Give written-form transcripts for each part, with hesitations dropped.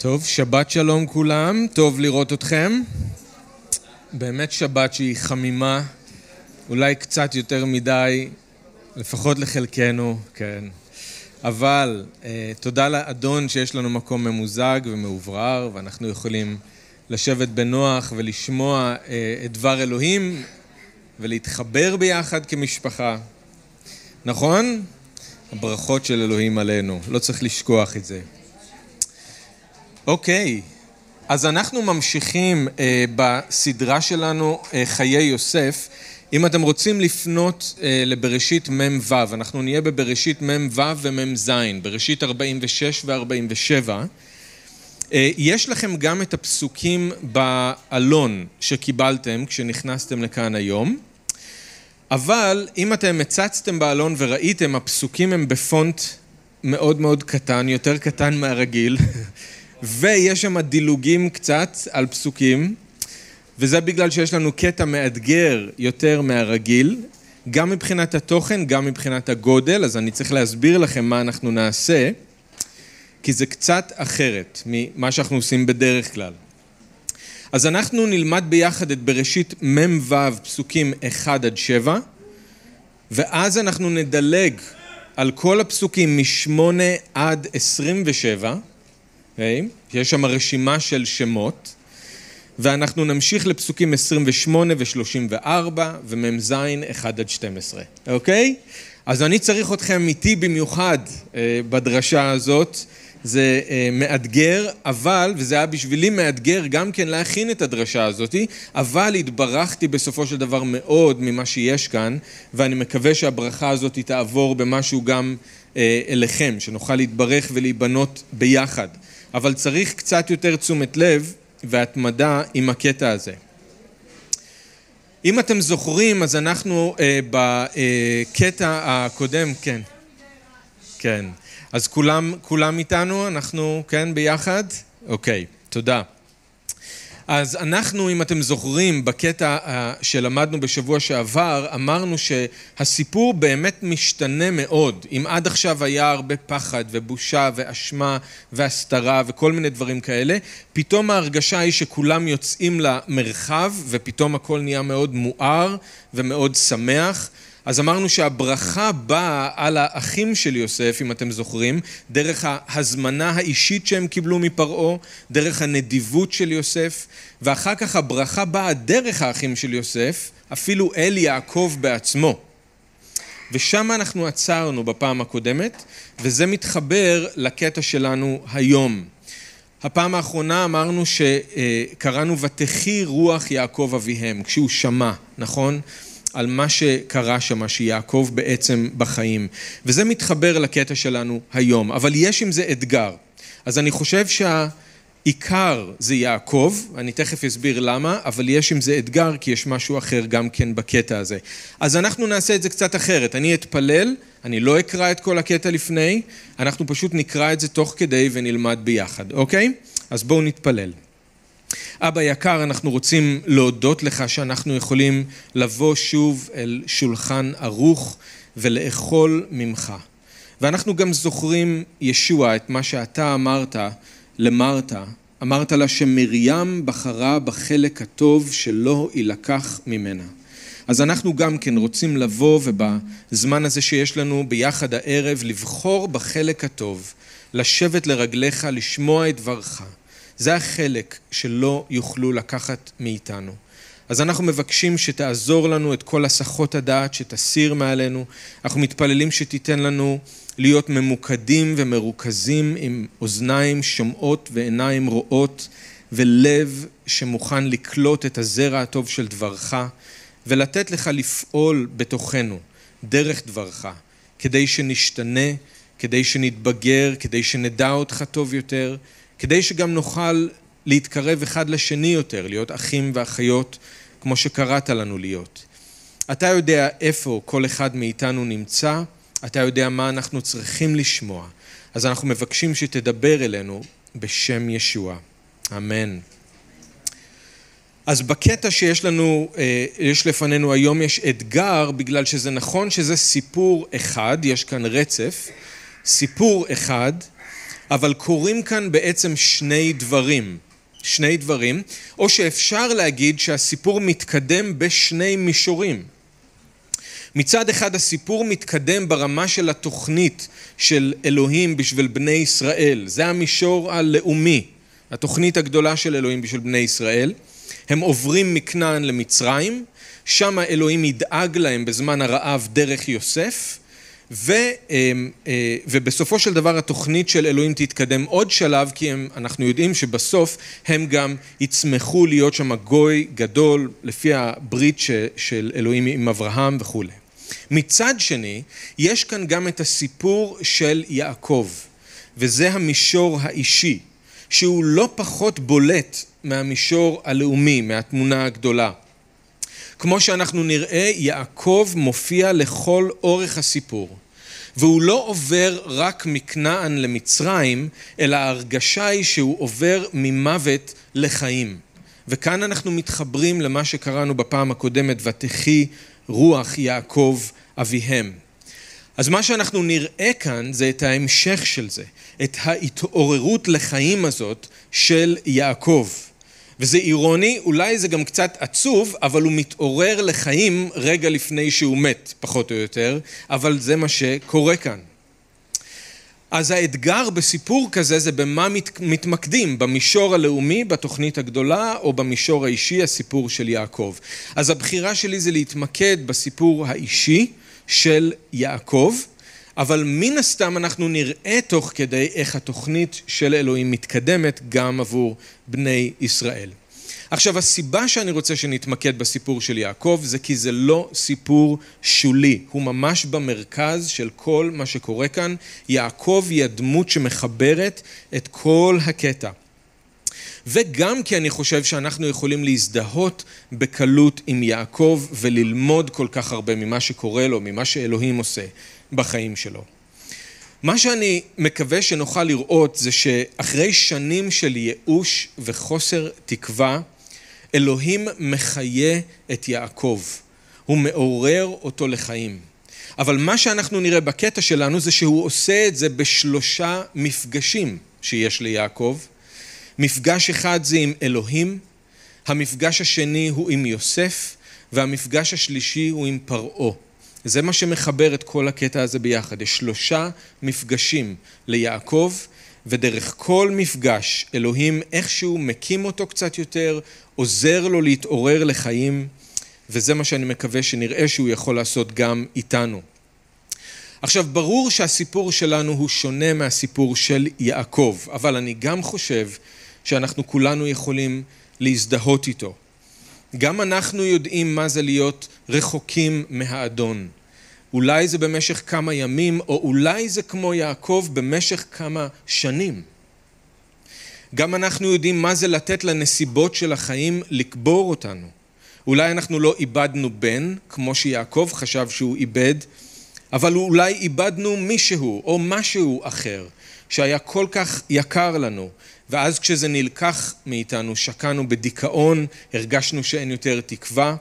טוב, שבת שלום כולם, טוב לראות אתכם. באמת שבת שהיא חמימה, אולי קצת יותר מדי, לפחות לחלקנו, כן. אבל תודה לאדון שיש לנו מקום ממוזג ומאוברר, ואנחנו יכולים לשבת בנוח ולשמוע את דבר אלוהים ולהתחבר ביחד כמשפחה. נכון? הברכות של אלוהים עלינו, לא צריך לשכוח את זה. אוקיי, אז אנחנו ממשיכים בסדרה שלנו חיי יוסף. אם אתם רוצים לפנות לבראשית מ"ו, אנחנו נהיה בבראשית מ"ו ומ"ז, בראשית 46 ו-47. יש לכם גם את הפסוקים באלון שקיבלתם כשנכנסתם לכאן היום, אבל אם אתם מצצתם באלון וראיתם, הפסוקים הם בפונט מאוד מאוד קטן, יותר קטן מהרגיל, ויש שם דילוגים קצת על פסוקים, וזה בגלל שיש לנו קטע מאתגר יותר מהרגיל, גם מבחינת התוכן, גם מבחינת הגודל, אז אני צריך להסביר לכם מה אנחנו נעשה, כי זה קצת אחרת ממה שאנחנו עושים בדרך כלל. אז אנחנו נלמד ביחד את בראשית מ"ו פסוקים 1 עד 7, ואז אנחנו נדלג על כל הפסוקים מ8 עד 27, יש שם רשימה של שמות, ואנחנו נמשיך לפסוקים 28 ו-34 ומ"ז 1 עד 12, אוקיי? אז אני צריך אתכם איתי במיוחד בדרשה הזאת, זה מאתגר, אבל, וזה היה בשבילי מאתגר גם כן להכין את הדרשה הזאת, אבל התברכתי בסופו של דבר מאוד ממה שיש כאן, ואני מקווה שהברכה הזאת תעבור במשהו גם אליכם, שנוכל להתברך ולהיבנות ביחד. אבל צריך קצת יותר תשומת לב והתמדה עם הקטע הזה. אם אתם זוכרים, אז אנחנו בקטע הקודם, כן. כן. אז כולם איתנו, אנחנו כן ביחד? אוקיי, תודה. אז אנחנו, אם אתם זוכרים, בקטע שלמדנו בשבוע שעבר, אמרנו שהסיפור באמת משתנה מאוד. אם עד עכשיו היה הרבה פחד ובושה ואשמה והסתרה וכל מיני דברים כאלה, פתאום ההרגשה היא שכולם יוצאים למרחב, ופתאום הכל נהיה מאוד מואר ומאוד שמח. אז אמרנו שהברכה באה על האחים של יוסף, אם אתם זוכרים, דרך ההזמנה האישית שהם קיבלו מפרעה, דרך הנדיבות של יוסף, ואחר כך הברכה באה דרך האחים של יוסף, אפילו אל יעקב בעצמו. ושם אנחנו עצרנו בפעם הקודמת, וזה מתחבר לקטע שלנו היום. הפעם האחרונה אמרנו שקראנו ותחי רוח יעקב אביהם, כשהוא שמע, נכון? על מה שקרה שם, שיעקב בעצם בחיים. וזה מתחבר לקטע שלנו היום, אבל יש עם זה אתגר. אז אני חושב שהעיקר זה יעקב, אני תכף אסביר למה, אבל יש עם זה אתגר, כי יש משהו אחר גם כן בקטע הזה. אז אנחנו נעשה את זה קצת אחרת. אני אתפלל, אני לא אקרא את כל הקטע לפני, אנחנו פשוט נקרא את זה תוך כדי ונלמד ביחד, אוקיי? אז בואו נתפלל. אבא יקר, אנחנו רוצים להודות לך שאנחנו יכולים לבוא שוב אל שולחן ערוך ולאכול ממך. ואנחנו גם זוכרים, ישוע, את מה שאתה אמרת למרתה. אמרת לה שמרים בחרה בחלק הטוב שלא יילקח ממנה. אז אנחנו גם כן רוצים לבוא ובזמן הזה שיש לנו ביחד הערב לבחור בחלק הטוב, לשבת לרגליך, לשמוע את דברך. זה החלק שלא יוכלו לקחת מאיתנו. אז אנחנו מבקשים שתעזור לנו את כל הסחות הדעת, שתסיר מעלינו. אנחנו מתפללים שתיתן לנו להיות ממוקדים ומרוכזים עם אוזניים שומעות ועיניים רואות, ולב שמוכן לקלוט את הזרע הטוב של דברך, ולתת לך לפעול בתוכנו דרך דברך, כדי שנשתנה, כדי שנתבגר, כדי שנדע אותך טוב יותר, כדי שגם נוכל להתקרב אחד לשני יותר, להיות אחים ואחיות, כמו שקראת לנו להיות. אתה יודע איפה כל אחד מאיתנו נמצא, אתה יודע מה אנחנו צריכים לשמוע, אז אנחנו מבקשים שתדבר אלינו בשם ישוע. אמן. אז בקטע שיש לנו, יש לפנינו היום, יש אתגר, בגלל שזה נכון שזה סיפור אחד, יש כאן רצף, סיפור אחד, אבל קורים כאן בעצם שני דברים, או שאפשר להגיד שהסיפור מתקדם בשני מישורים. מצד אחד הסיפור מתקדם ברמה של התוכנית של אלוהים בשביל בני ישראל. זה המישור הלאומי, התוכנית הגדולה של אלוהים בשביל בני ישראל. הם עוברים מכנען למצרים, שם אלוהים ידאג להם בזמן הרעב דרך יוסף, ובסופו של דבר התוכנית של אלוהים תתקדם עוד שלב, כי אנחנו יודעים שבסוף הם גם יצמחו להיות שם גוי גדול, לפי הברית של אלוהים עם אברהם וכו'. מצד שני, יש כאן גם את הסיפור של יעקב, וזה המישור האישי, שהוא לא פחות בולט מהמישור הלאומי, מהתמונה הגדולה. כמו שאנחנו נראה, יעקב מופיע לכל אורך הסיפור, והוא לא עובר רק מכנען למצרים, אלא ההרגשה היא שהוא עובר ממוות לחיים. וכאן אנחנו מתחברים למה שקראנו בפעם הקודמת, ותחי רוח יעקב אביהם. אז מה שאנחנו נראה כאן זה את ההמשך של זה, את ההתעוררות לחיים הזאת של יעקב. וזה אירוני, אולי זה גם קצת עצוב, אבל הוא מתעורר לחיים רגע לפני שהוא מת, פחות או יותר, אבל זה מה שקורה כאן. אז האתגר בסיפור כזה זה במה מתמקדים, במישור הלאומי, בתוכנית הגדולה, או במישור האישי, הסיפור של יעקב. אז הבחירה שלי זה להתמקד בסיפור האישי של יעקב, אבל מן הסתם אנחנו נראה תוך כדי איך התוכנית של אלוהים מתקדמת גם עבור בני ישראל. עכשיו, הסיבה שאני רוצה שנתמקד בסיפור של יעקב זה כי זה לא סיפור שולי, הוא ממש במרכז של כל מה שקורה כאן. יעקב היא הדמות שמחברת את כל הקטע. וגם כי אני חושב שאנחנו יכולים להזדהות בקלות עם יעקב וללמוד כל כך הרבה ממה שקורה לו, ממה שאלוהים עושה בחיים שלו. מה שאני מקווה שנוכל לראות זה שאחרי שנים של ייאוש וחוסר תקווה, אלוהים מחיה את יעקב, הוא מעורר אותו לחיים. אבל מה שאנחנו נראה בקטע שלנו זה שהוא עושה את זה בשלושה מפגשים שיש ליעקב. מפגש אחד זה עם אלוהים, המפגש השני הוא עם יוסף, והמפגש השלישי הוא עם פרעה. זה מה שמחבר את כל הקטע הזה ביחד. יש שלושה מפגשים ליעקב, ודרך כל מפגש אלוהים איכשהו מקים אותו קצת יותר, עוזר לו להתעורר לחיים, וזה מה שאני מקווה שנראה שהוא יכול לעשות גם איתנו. עכשיו, ברור שהסיפור שלנו הוא שונה מהסיפור של יעקב, אבל אני גם חושב שאנחנו כולנו יכולים להזדהות איתו. גם אנחנו יודעים מה זה להיות רחוקים מהאדון. אולי זה במשך כמה ימים, או אולי זה כמו יעקב במשך כמה שנים. גם אנחנו יודעים מה זה לתת לנסיבות של החיים לקבור אותנו. אולי אנחנו לא איבדנו בן, כמו שיעקב חשב שהוא איבד, אבל אולי איבדנו מישהו או משהו אחר, שהיה כל כך יקר לנו, ואז כשזה נלקח מאיתנו, שקענו בדיכאון, הרגשנו שאין יותר תקווה.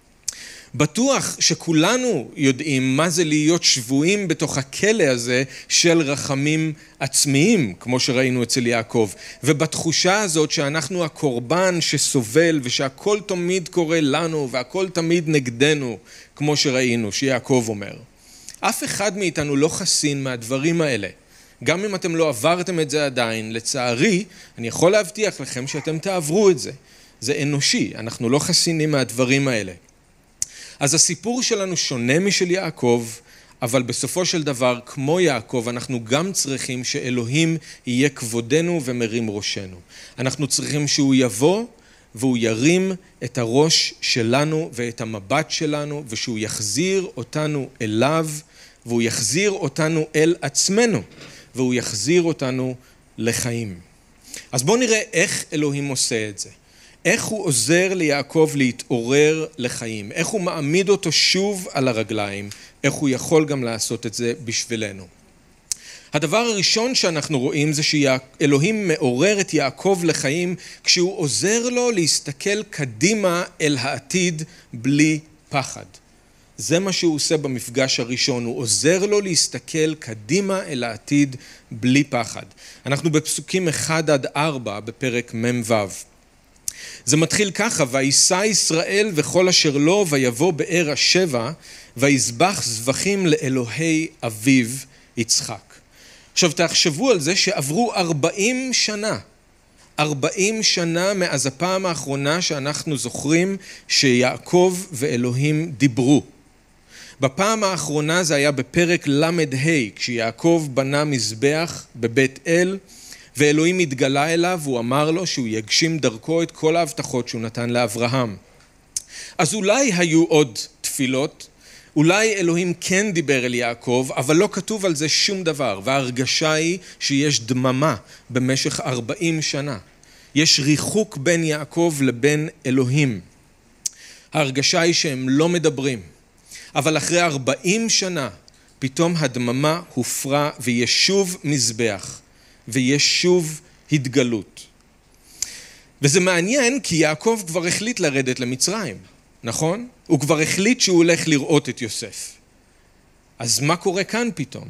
בטוח שכולנו יודעים מה זה להיות שבויים בתוך הכלא הזה של רחמים עצמיים, כמו שראינו אצל יעקב. ובתחושה הזאת שאנחנו הקורבן שסובל ושהכל תמיד קורה לנו והכל תמיד נגדנו, כמו שראינו, שיעקב אומר. אף אחד מאיתנו לא חסין מהדברים האלה. גם אם אתם לא עברתם את זה עדיין, לצערי, אני יכול להבטיח לכם שאתם תעברו את זה. זה אנושי, אנחנו לא חסינים מהדברים האלה. אז הסיפור שלנו שונה משל יעקב, אבל בסופו של דבר, כמו יעקב, אנחנו גם צריכים שאלוהים יהיה כבודנו ומרים ראשנו. אנחנו צריכים שהוא יבוא והוא ירים את הראש שלנו ואת המבט שלנו, ושהוא יחזיר אותנו אליו, והוא יחזיר אותנו אל עצמנו, והוא יחזיר אותנו לחיים. אז בואו נראה איך אלוהים עושה את זה. איך הוא עוזר ליעקב להתעורר לחיים, איך הוא מעמיד אותו שוב על הרגליים, איך הוא יכול גם לעשות את זה בשבילנו. הדבר הראשון שאנחנו רואים זה שאלוהים מעורר את יעקב לחיים כשהוא עוזר לו להסתכל קדימה אל העתיד בלי פחד. זה מה שהוא עושה במפגש הראשון, הוא עוזר לו להסתכל קדימה אל העתיד בלי פחד. אנחנו בפסוקים 1-4 בפרק מ"ו. זה מתחיל ככה, ויסע ישראל וכל אשר לו ויבוא באר השבע ויזבח זבחים לאלוהי אביו יצחק. עכשיו תחשבו על זה שעברו 40 שנה. 40 שנה מאז הפעם האחרונה שאנחנו זוכרים שיעקב ואלוהים דיברו. בפעם האחרונה זה היה בפרק ל"ה, כשיעקב בנה מזבח בבית אל, ואלוהים התגלה אליו, והוא אמר לו שהוא יגשים דרכו את כל ההבטחות שהוא נתן לאברהם. אז אולי היו עוד תפילות, אולי אלוהים כן דיבר אל יעקב, אבל לא כתוב על זה שום דבר, וההרגשה היא שיש דממה במשך 40 שנה. יש ריחוק בין יעקב לבין אלוהים. ההרגשה היא שהם לא מדברים. אבל אחרי 40 שנה, פתאום הדממה הופרה ויש שוב מזבח, ויש שוב התגלות. וזה מעניין כי יעקב כבר החליט לרדת למצרים, נכון? הוא כבר החליט שהוא הולך לראות את יוסף. אז מה קורה כאן פתאום?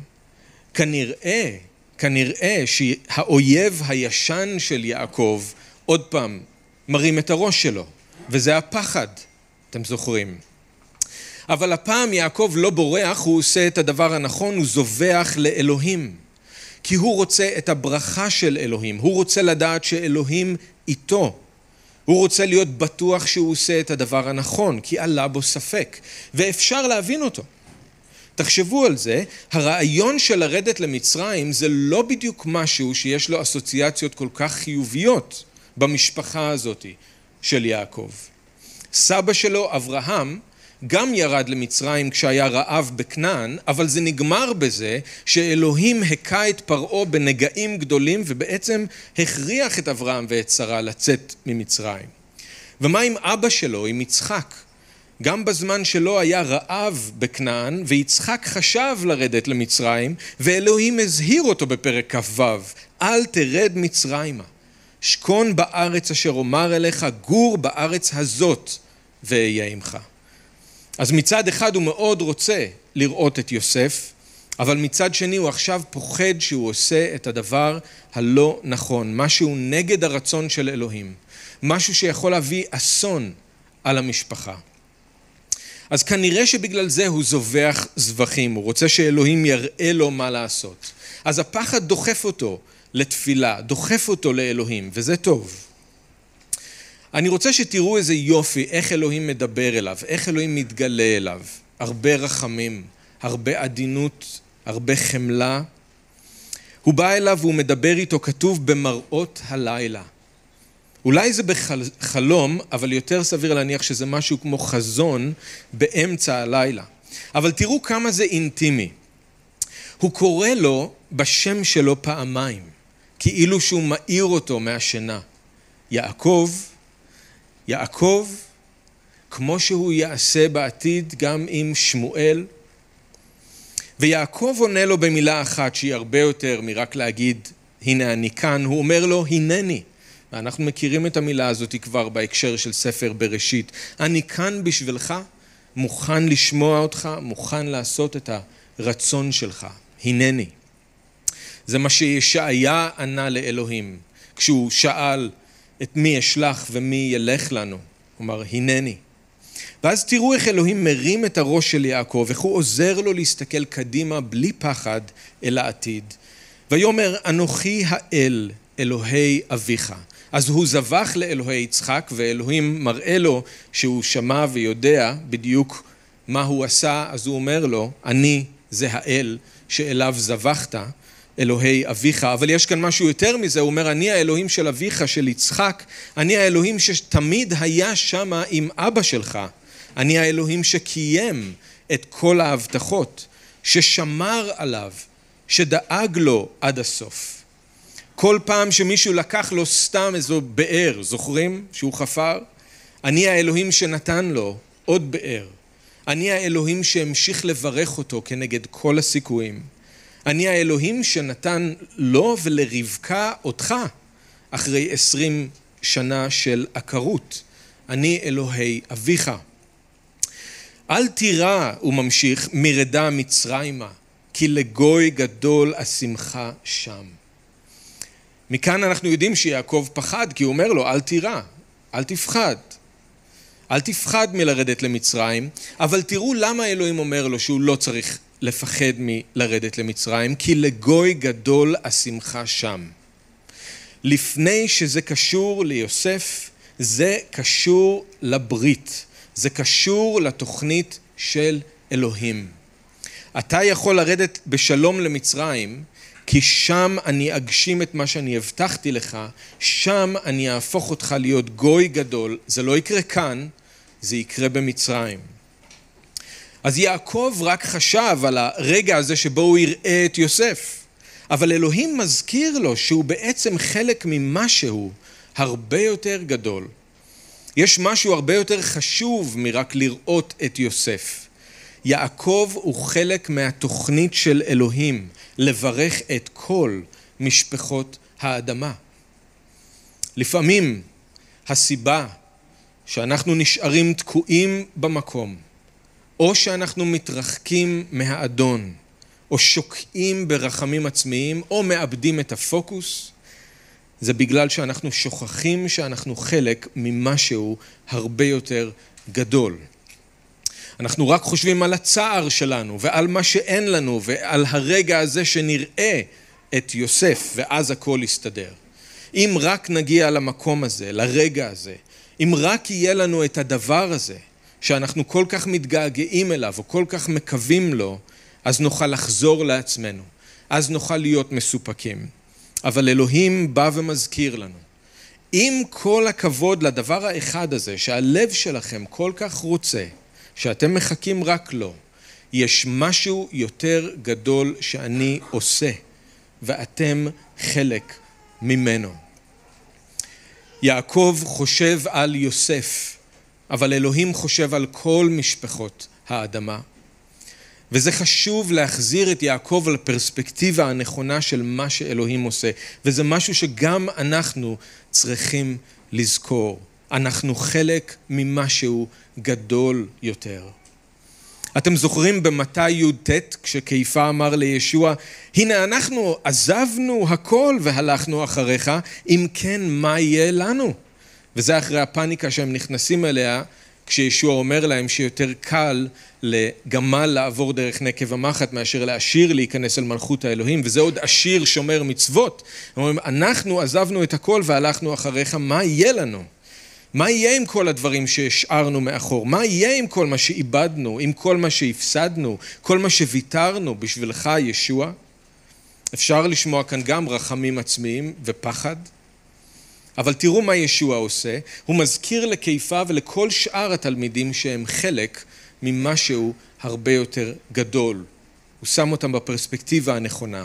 כנראה שהאויב הישן של יעקב עוד פעם מרים את הראש שלו, וזה הפחד, אתם זוכרים. אבל הפעם יעקב לא בורח, הוא עושה את הדבר הנכון, הוא זובח לאלוהים. כי הוא רוצה את הברכה של אלוהים, הוא רוצה לדעת שאלוהים איתו. הוא רוצה להיות בטוח שהוא עושה את הדבר הנכון, כי עלה בו ספק, ואפשר להבין אותו. תחשבו על זה, הרעיון של לרדת למצרים זה לא בדיוק משהו שיש לו אסוציאציות כל כך חיוביות במשפחה הזאת של יעקב. סבא שלו, אברהם, גם ירד למצרים כשהיה רעב בכנען, אבל זה נגמר בזה שאלוהים הכה את פרעה בנגעים גדולים ובעצם הכריח את אברהם ואת שרה לצאת ממצרים. ומה עם אבא שלו, עם יצחק? גם בזמן שלו היה רעב בכנען ויצחק חשב לרדת למצרים ואלוהים הזהיר אותו בפרק כ"ו, אל תרד מצרימה, שקון בארץ אשר אומר אליך, גור בארץ הזאת ואהיה עמך. אז מצד אחד הוא מאוד רוצה לראות את יוסף, אבל מצד שני הוא עכשיו פוחד שהוא עושה את הדבר הלא נכון, משהו נגד הרצון של אלוהים, משהו שיכול להביא אסון על המשפחה. אז כנראה שבגלל זה הוא זובח זבחים, הוא רוצה שאלוהים יראה לו מה לעשות. אז הפחד דוחף אותו לתפילה, דוחף אותו לאלוהים, וזה טוב. אני רוצה שתראו איזה יופי, איך אלוהים מדבר אליו, איך אלוהים מתגלה אליו. הרבה רחמים, הרבה עדינות, הרבה חמלה. הוא בא אליו והוא מדבר איתו, כתוב במראות הלילה. אולי זה בחלום, אבל יותר סביר להניח שזה משהו כמו חזון באמצע הלילה. אבל תראו כמה זה אינטימי. הוא קורא לו בשם שלו פעמיים, כאילו שהוא מאיר אותו מהשינה. יעקב, יעקב, כמו שהוא יעשה בעתיד גם עם שמואל. ויעקב עונה לו במילה אחת שהיא הרבה יותר מרק להגיד הנה אני כאן, הוא אומר לו הנני. ואנחנו מכירים את המילה הזאת כבר בהקשר של ספר בראשית. אני כאן בשבילך, מוכן לשמוע אותך, מוכן לעשות את הרצון שלך. הנני. זה מה שישעיה ענה לאלוהים, כשהוא שאל את מי אשלח ומי ילך לנו. הוא אמר, הנני. ואז תראו איך אלוהים מרים את הראש של יעקב, איך הוא עוזר לו להסתכל קדימה בלי פחד אל העתיד. ויאמר, אנוכי האל, אלוהי אביך. אז הוא זבח לאלוהי יצחק, ואלוהים מראה לו שהוא שמע ויודע בדיוק מה הוא עשה, אז הוא אומר לו, אני זה האל שאליו זבחת, אלוהי אביך. אבל יש כאן משהו יותר מזה, הוא אומר, אני האלוהים של אביך, של יצחק, אני האלוהים שתמיד היה שמה עם אבא שלך, אני האלוהים שקיים את כל ההבטחות, ששמר עליו, שדאג לו עד הסוף. כל פעם שמישהו לקח לו סתם איזו באר, זוכרים שהוא חפר? אני האלוהים שנתן לו עוד באר. אני האלוהים שהמשיך לברך אותו כנגד כל הסיכויים. אני האלוהים שנתן לו ולרבקה אותך אחרי 20 שנה של עקרות. אני אלוהי אביך. אל תירא, הוא ממשיך, מרדה מצרימה, כי לגוי גדול השמחה שם. מכאן אנחנו יודעים שיעקב פחד, כי הוא אומר לו, אל תירא, אל תפחד. אל תפחד מלרדת למצרים, אבל תראו למה אלוהים אומר לו שהוא לא צריך לפחד מלרדת למצרים, כי לגוי גדול השמחה שם. לפני שזה קשור ליוסף, זה קשור לברית, זה קשור לתוכנית של אלוהים. אתה יכול לרדת בשלום למצרים, כי שם אני אגשים את מה שאני הבטחתי לך, שם אני אהפוך אותך להיות גוי גדול, זה לא יקרה כאן, זה יקרה במצרים. אז יעקב רק חשב על הרגע הזה שבו הוא יראה את יוסף, אבל אלוהים מזכיר לו שהוא בעצם חלק ממשהו הרבה יותר גדול. יש משהו הרבה יותר חשוב מרק לראות את יוסף. יעקב הוא חלק מהתוכנית של אלוהים, לברך את כל משפחות האדמה. לפעמים הסיבה שאנחנו נשארים תקועים במקום, או שאנחנו מתרחקים מהאדון, או שוקעים ברחמים עצמיים, או מאבדים את הפוקוס, זה בגלל שאנחנו שוכחים שאנחנו חלק ממשהו הרבה יותר גדול. אנחנו רק חושבים על הצער שלנו, ועל מה שאין לנו, ועל הרגע הזה שנראה את יוסף, ואז הכל יסתדר. אם רק נגיע למקום הזה, לרגע הזה, אם רק יהיה לנו את הדבר הזה, שאנחנו כל כך מתגעגעים אליו, או כל כך מקווים לו, אז נוכל לחזור לעצמנו, אז נוכל להיות מסופקים. אבל אלוהים בא ומזכיר לנו, עם כל הכבוד לדבר האחד הזה, שהלב שלכם כל כך רוצה, שאתם מחכים רק לו, יש משהו יותר גדול שאני עושה, ואתם חלק ממנו. יעקב חושב על יוסף, אבל אלוהים חושב על כל משפחות האדמה. וזה חשוב להחזיר את יעקב לפרספקטיבה הנכונה של מה שאלוהים עושה. וזה משהו שגם אנחנו צריכים לזכור. אנחנו חלק ממשהו גדול יותר. אתם זוכרים במתי י"ט כשקיפה אמר לישוע, הנה אנחנו עזבנו הכל והלכנו אחריך, אם כן מה יהיה לנו? וזה אחרי הפאניקה שהם נכנסים אליה, כשישוע אומר להם שיותר קל לגמל לעבור דרך נקב המחט מאשר לעשיר להיכנס אל מלכות האלוהים, וזה עוד עשיר שומר מצוות. הם אומרים, אנחנו עזבנו את הכל והלכנו אחריך, מה יהיה לנו? מה יהיה עם כל הדברים שהשארנו מאחור? מה יהיה עם כל מה שאיבדנו, עם כל מה שהפסדנו, כל מה שוויתרנו בשבילך ישוע? אפשר לשמוע כאן גם רחמים עצמיים ופחד, אבל תראו מה ישוע עושה, הוא מזכיר לקיפה ולכל שאר התלמידים שהם חלק ממשהו הרבה יותר גדול. הוא שם אותם בפרספקטיבה הנכונה.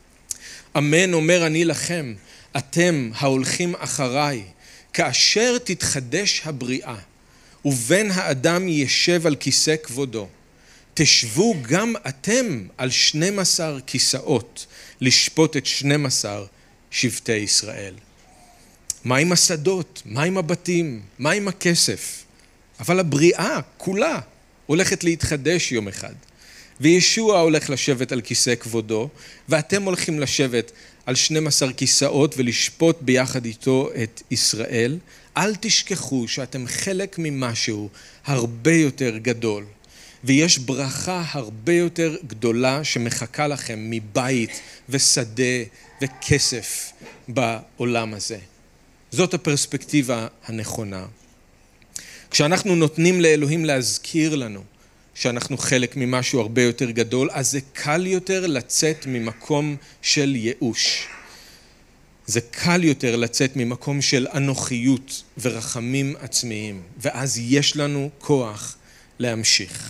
אמן אומר אני לכם, אתם ההולכים אחריי, כאשר תתחדש הבריאה, ובן האדם ישב על כיסא כבודו, תשבו גם אתם על 12 כיסאות, לשפוט את 12 שבטי ישראל. מה עם השדות? מה עם הבתים? מה עם הכסף? אבל הבריאה כולה הולכת להתחדש יום אחד. וישוע הולך לשבת על כיסא כבודו, ואתם הולכים לשבת על 12 כיסאות ולשפוט ביחד איתו את ישראל. אל תשכחו שאתם חלק ממשהו הרבה יותר גדול. ויש ברכה הרבה יותר גדולה שמחכה לכם מבית ושדה וכסף בעולם הזה. זאת הפרספקטיבה הנכונה. כשאנחנו נותנים לאלוהים להזכיר לנו שאנחנו חלק ממשהו הרבה יותר גדול, אז זה קל יותר לצאת ממקום של ייאוש. זה קל יותר לצאת ממקום של אנוכיות ורחמים עצמיים, ואז יש לנו כוח להמשיך.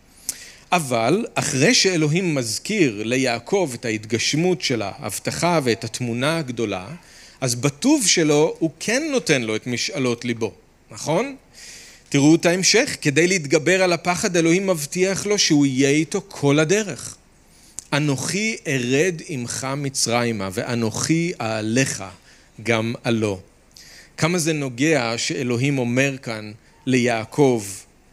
אבל אחרי שאלוהים מזכיר ליעקב את ההתגשמות של ההבטחה ואת התמונה הגדולה, אז בטוב שלו הוא כן נותן לו את משאלות ליבו, נכון? תראו את ההמשך, כדי להתגבר על הפחד אלוהים מבטיח לו שהוא יהיה איתו כל הדרך. אנוכי ארד עמך מצרימה ואנוכי אעליך גם עלו. כמה זה נוגע שאלוהים אומר כאן ליעקב,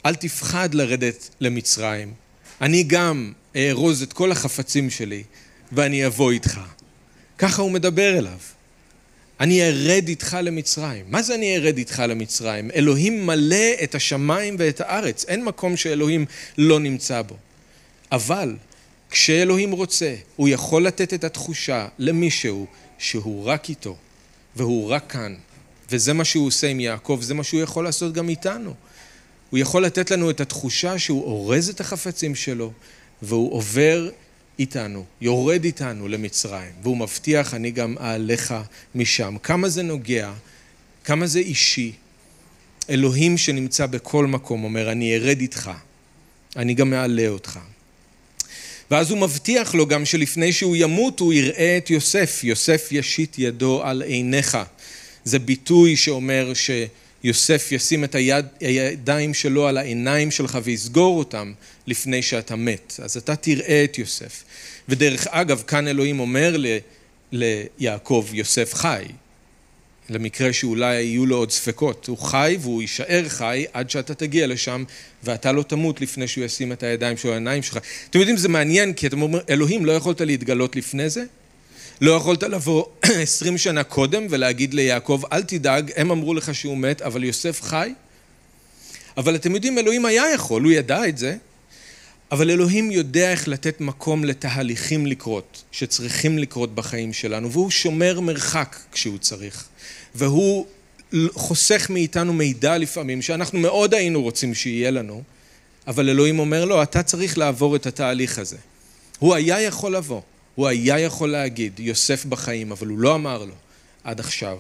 אל תפחד לרדת למצרים. אני גם אארוז את כל החפצים שלי, ואני אבוא איתך. ככה הוא מדבר אליו. אני ארד איתך למצרים. מה זה אני ארד איתך למצרים? אלוהים מלא את השמיים ואת הארץ. אין מקום שאלוהים לא נמצא בו. אבל כשאלוהים רוצה, הוא יכול לתת את התחושה למישהו שהוא רק איתו, והוא רק כאן. וזה מה שהוא עושה עם יעקב, זה מה שהוא יכול לעשות גם איתנו. הוא יכול לתת לנו את התחושה שהוא אורז את החפצים שלו, והוא עובר איתנו, יורד איתנו למצרים, והוא מבטיח אני גם אעליך משם. כמה זה נוגע, כמה זה אישי. אלוהים שנמצא בכל מקום אומר, אני ארד איתך, אני גם אעלה אותך. ואז הוא מבטיח לו גם שלפני שהוא ימות הוא יראה את יוסף. יוסף ישית ידו על עיניך. זה ביטוי שאומר שיוסף ישים את הידיים שלו על העיניים שלך ויסגור אותם לפני שאתה מת. אז אתה תראה את יוסף. ודרך אגב, כאן אלוהים אומר ליעקב, יוסף חי. למקרה שאולי יהיו לו עוד ספקות. הוא חי והוא יישאר חי עד שאתה תגיע לשם, ואתה לא תמות לפני שהוא ישים את הידיים שלו על העיניים שלך. אתם יודעים, זה מעניין, כי אתם אומרים, אלוהים, לא יכולת להתגלות לפני זה? לא יכולת לבוא 20 שנה קודם ולהגיד ליעקב, אל תדאג, הם אמרו לך שהוא מת, אבל יוסף חי? אבל אתם יודעים, אלוהים היה יכול, הוא ידע את זה, אבל אלוהים יודע איך לתת מקום לתהליכים לקרות, שצריכים לקרות בחיים שלנו, והוא שומר מרחק כשהוא צריך, והוא חוסך מאיתנו מידע לפעמים, שאנחנו מאוד היינו רוצים שיהיה לנו, אבל אלוהים אומר לו, אתה צריך לעבור את התהליך הזה. הוא היה יכול לבוא, הוא היה יכול להגיד, יוסף בחיים, אבל הוא לא אמר לו, עד עכשיו.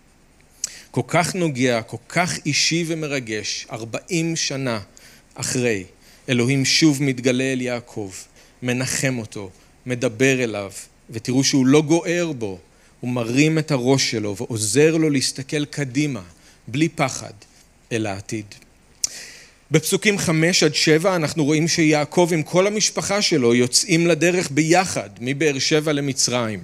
כל כך נוגע, כל כך אישי ומרגש, 40 שנה אחרי, אלוהים שוב מתגלה אל יעקב, מנחם אותו, מדבר אליו, ותראו שהוא לא גוער בו, הוא מרים את הראש שלו ועוזר לו להסתכל קדימה, בלי פחד, אל העתיד. בפסוקים 5-7 אנחנו רואים שיעקב עם כל המשפחה שלו יוצאים לדרך ביחד, מבאר שבע למצרים.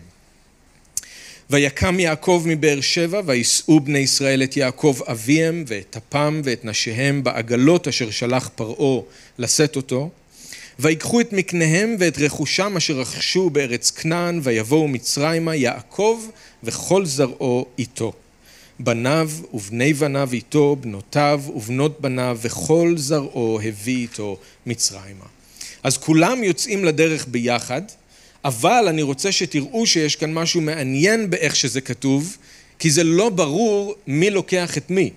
ויקם יעקב מבאר שבע, ויסעו בני ישראל את יעקב אביהם ואת טפם ואת נשיהם בעגלות אשר שלח פרעה לשאת אותו, ויקחו את מקניהם ואת רכושם אשר רכשו בארץ כנען, ויבואו מצרימה יעקב וכל זרעו איתו. בניו ובני בניו איתו, בנותיו ובנות בניו, וכל זרעו הביא איתו מצרימה. אז כולם יוצאים לדרך ביחד, אבל אני רוצה שתראו שיש כאן משהו מעניין באיך שזה כתוב, כי זה לא ברור מי לוקח את מי.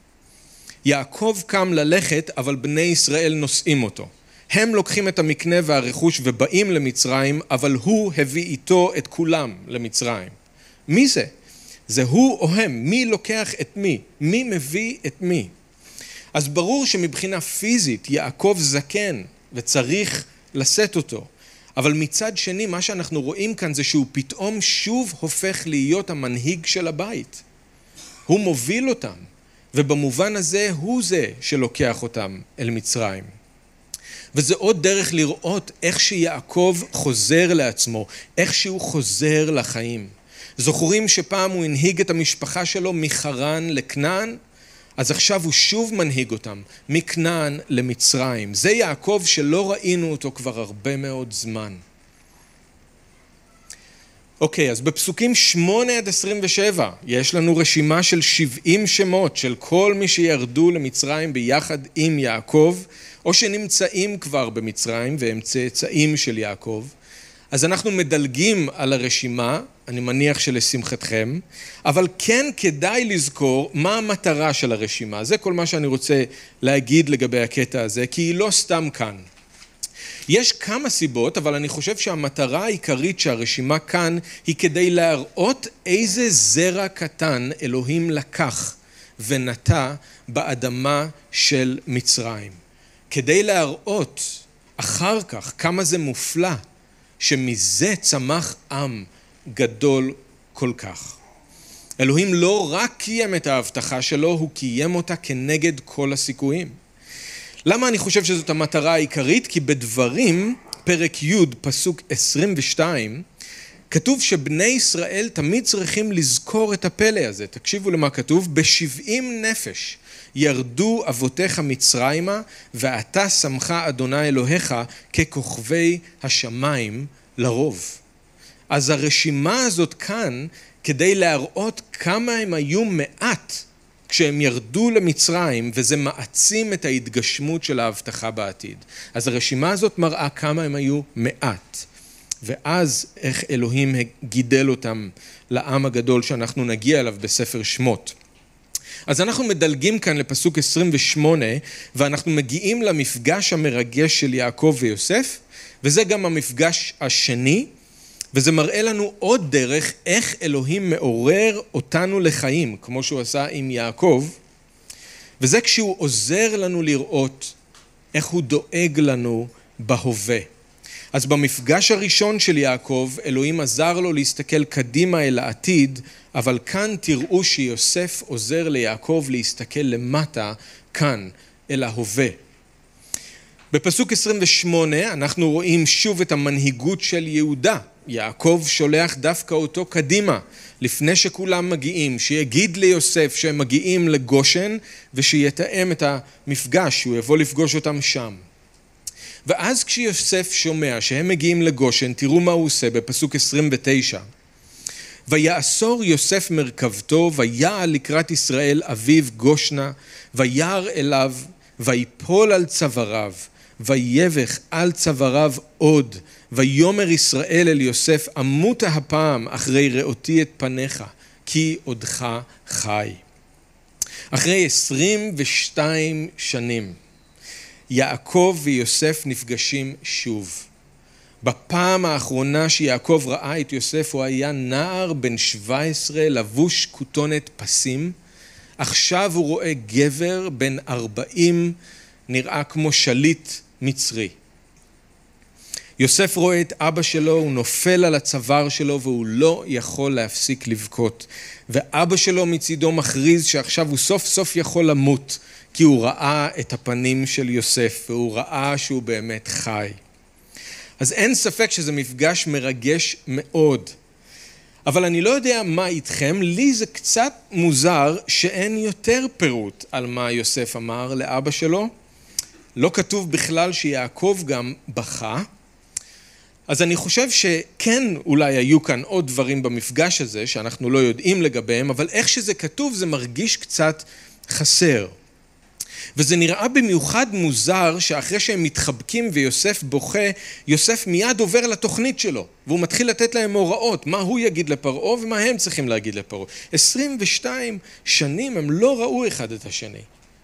יעקב קם ללכת, אבל בני ישראל נושאים אותו. הם לוקחים את המקנה והרכוש ובאים למצרים, אבל הוא הביא איתו את כולם למצרים. מי זה? זה הוא או הם. מי לוקח את מי? מי מביא את מי? אז ברור שמבחינה פיזית יעקב זקן וצריך לשאת אותו. אבל מצד שני, מה שאנחנו רואים כאן זה שהוא פתאום שוב הופך להיות המנהיג של הבית. הוא מוביל אותם, ובמובן הזה הוא זה שלוקח אותם אל מצרים. וזה עוד דרך לראות איך שיעקב חוזר לעצמו, איך שהוא חוזר לחיים. זוכרים שפעם הוא הנהיג את המשפחה שלו מחרן לכנען? אז עכשיו הוא שוב מנהיג אותם, מכנען למצרים. זה יעקב שלא ראינו אותו כבר הרבה מאוד זמן. אוקיי, אז בפסוקים 8-27 יש לנו רשימה של 70 שמות של כל מי שירדו למצרים ביחד עם יעקב, או שנמצאים כבר במצרים והם צאצאים של יעקב. אז אנחנו מדלגים על הרשימה, אני מניח שלשמחתכם, אבל כן כדאי לזכור מה המטרה של הרשימה. זה כל מה שאני רוצה להגיד לגבי הקטע הזה, כי היא לא סתם כאן. יש כמה סיבות, אבל אני חושב שהמטרה העיקרית שהרשימה כאן היא כדי להראות איזה זרע קטן אלוהים לקח ונטע באדמה של מצרים. כדי להראות אחר כך כמה זה מופלא שמזה צמח עם גדול כל כך. אלוהים לא רק קיים את ההבטחה שלו, הוא קיים אותה כנגד כל הסיכויים. למה אני חושב שזאת המטרה העיקרית? כי בדברים, פרק י' פסוק 22, כתוב שבני ישראל תמיד צריכים לזכור את הפלא הזה. תקשיבו למה כתוב, ב70 נפש ירדו אבותיך מצרימה, ואתה שמך אדוני אלוהיך ככוכבי השמיים לרוב. אז הרשימה הזאת כאן כדי להראות כמה הם היו מעט כשהם ירדו למצרים, וזה מעצים את ההתגשמות של ההבטחה בעתיד. אז הרשימה הזאת מראה כמה הם היו מעט. ואז איך אלוהים גידל אותם לעם הגדול שאנחנו נגיע אליו בספר שמות. אז אנחנו מדלגים כאן לפסוק 28, ואנחנו מגיעים למפגש המרגש של יעקב ויוסף, וזה גם המפגש השני, וזה מראה לנו עוד דרך איך אלוהים מעורר אותנו לחיים, כמו שהוא עשה עם יעקב, וזה כשהוא עוזר לנו לראות איך הוא דואג לנו בהווה. אז במפגש הראשון של יעקב, אלוהים עזר לו להסתכל קדימה אל העתיד, אבל כאן תראו שיוסף עוזר ליעקב להסתכל למטה, כאן, אל ההווה. בפסוק 28 אנחנו רואים שוב את המנהיגות של יהודה. יעקב שולח דווקא אותו קדימה, לפני שכולם מגיעים, שיגיד ליוסף שהם מגיעים לגושן, ושיתאם את המפגש, שהוא יבוא לפגוש אותם שם. ואז כשיוסף שומע שהם מגיעים לגושן, תראו מה הוא עושה בפסוק 29. ויאסור יוסף מרכבתו, ויעל לקראת ישראל אביו גושנה, וירא אליו, ויפול על צוואריו, ויבך על צוואריו עוד, ויאמר ישראל אל יוסף, אמות הפעם אחרי ראותי את פניך, כי עודך חי. אחרי 22 שנים, יעקב ויוסף נפגשים שוב. בפעם האחרונה שיעקב ראה את יוסף הוא היה נער בן 17 לבוש כותונת פסים. עכשיו הוא רואה גבר בן 40 נראה כמו שליט מצרי. יוסף רואה את אבא שלו, הוא נופל על הצוואר שלו והוא לא יכול להפסיק לבכות. ואבא שלו מצידו מכריז שעכשיו הוא סוף סוף יכול למות, כי הוא ראה את הפנים של יוסף והוא ראה שהוא באמת חי. אז אין ספק שזה מפגש מרגש מאוד. אבל אני לא יודע מה איתכם, לי זה קצת מוזר שאין יותר פירוט על מה יוסף אמר לאבא שלו. לא כתוב בכלל שיעקב גם בכה. אז אני חושב שכן אולי היו כאן עוד דברים במפגש הזה שאנחנו לא יודעים לגביהם, אבל איך שזה כתוב זה מרגיש קצת חסר. וזה נראה במיוחד מוזר שאחרי שהם מתחבקים ויוסף בוכה, יוסף מיד עובר לתוכנית שלו, והוא מתחיל לתת להם הוראות, מה הוא יגיד לפרעה ומה הם צריכים להגיד לפרעה. 22 שנים הם לא ראו אחד את השני.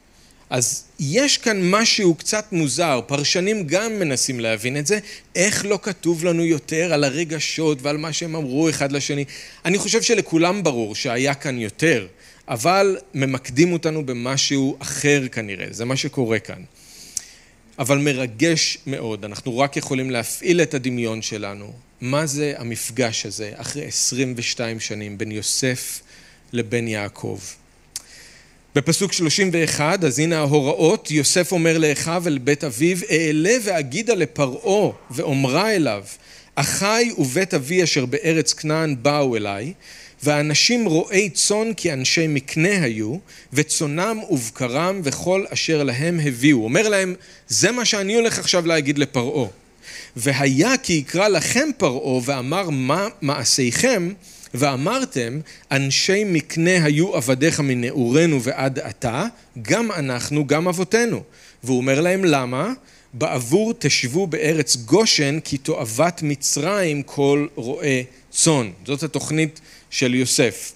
אז יש כאן משהו קצת מוזר, פרשנים גם מנסים להבין את זה, איך לא כתוב לנו יותר על הרגשות ועל מה שהם אמרו אחד לשני. אני חושב שלכולם ברור שהיה כאן יותר, אבל ממקדים אותנו במשהו אחר כנראה, זה מה שקורה כאן. אבל מרגש מאוד, אנחנו רק יכולים להפעיל את הדמיון שלנו. מה זה המפגש הזה אחרי 22 שנים בין יוסף לבין יעקב? בפסוק 31, אז הנה ההוראות, יוסף אומר לאחיו אל בית אביו, אעלה ואגידה לפרעה ואומרה אליו, אחי ובית אבי אשר בארץ כנען באו אליי, והאנשים רועי צאן כי אנשי מקנה היו, וצונם ובקרם וכל אשר להם הביאו. הוא אומר להם, זה מה שאני הולך עכשיו להגיד לפרעה. והיה כי יקרא לכם פרעה ואמר מה מעשיכם, ואמרתם, אנשי מקנה היו עבדיך מנעורנו ועד עתה, גם אנחנו, גם אבותינו. והוא אומר להם, למה? בעבור תשבו בארץ גושן, כי תועבת מצרים כל רועה צאן. זאת התוכנית של יוסף.